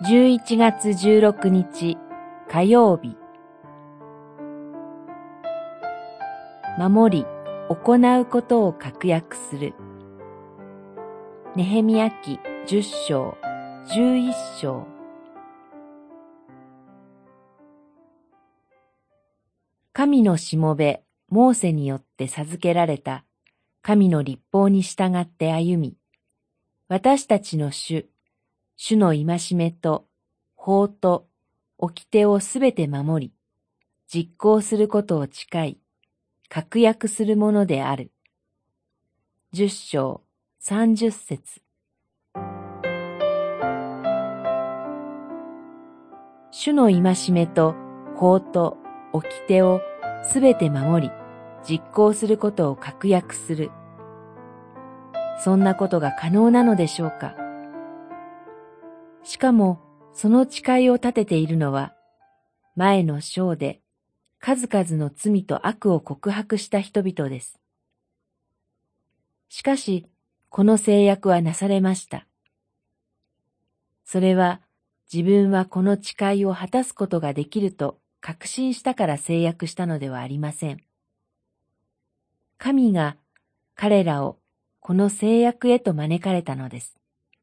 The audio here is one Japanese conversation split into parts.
11月16日火曜日。守り、行うことを確約する。ネヘミヤ記10章、11章。神のしもべ、モーセによって授けられた神の律法に従って歩み、私たちの主の戒めと法と掟をすべて守り、実行することを誓い、確約するものである。10章30節。主の戒めと法と掟をすべて守り、実行することを確約する。そんなことが可能なのでしょうか。しかも、その誓いを立てているのは、前の章で数々の罪と悪を告白した人々です。しかし、この誓約はなされました。それは、自分はこの誓いを果たすことができると確信したから誓約したのではありません。神が彼らをこの誓約へと招かれたのです。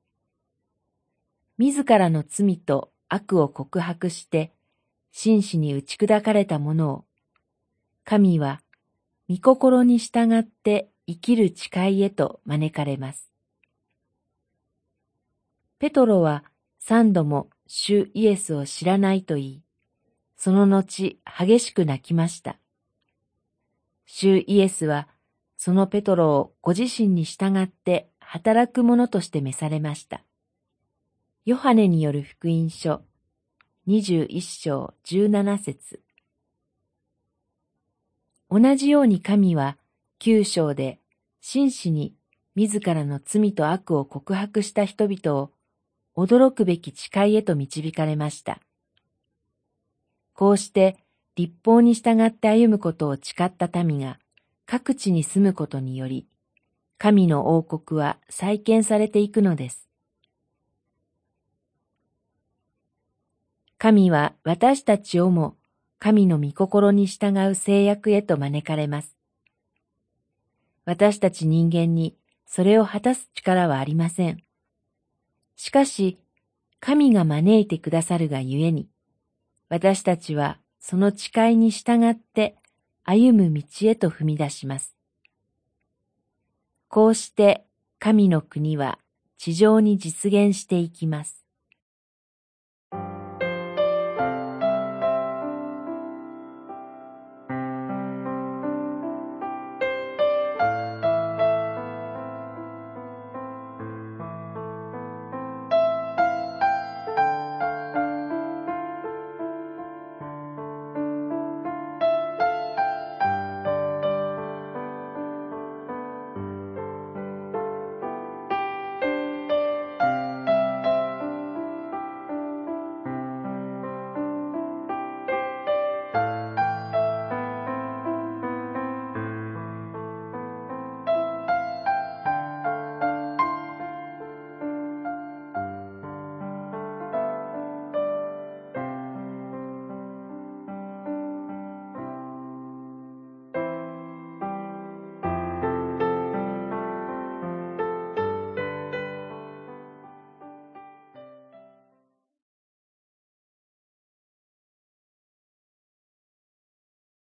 自らの罪と悪を告白して真摯に打ち砕かれたものを、神は御心に従って生きる誓いへと招かれます。ペトロは3度も主イエスを知らないと言い、その後激しく泣きました。主イエスはそのペトロをご自身に従って働く者として召されました。ヨハネによる福音書21章17節。同じように神は9章で真摯に自らの罪と悪を告白した人々を驚くべき誓いへと導かれました。こうして律法に従って歩むことを誓った民が各地に住むことにより、神の王国は再建されていくのです。神は私たちをも神の御心に従う制約へと招かれます。私たち人間にそれを果たす力はありません。しかし、神が招いてくださるがゆえに、私たちはその誓いに従って歩む道へと踏み出します。こうして神の国は地上に実現していきます。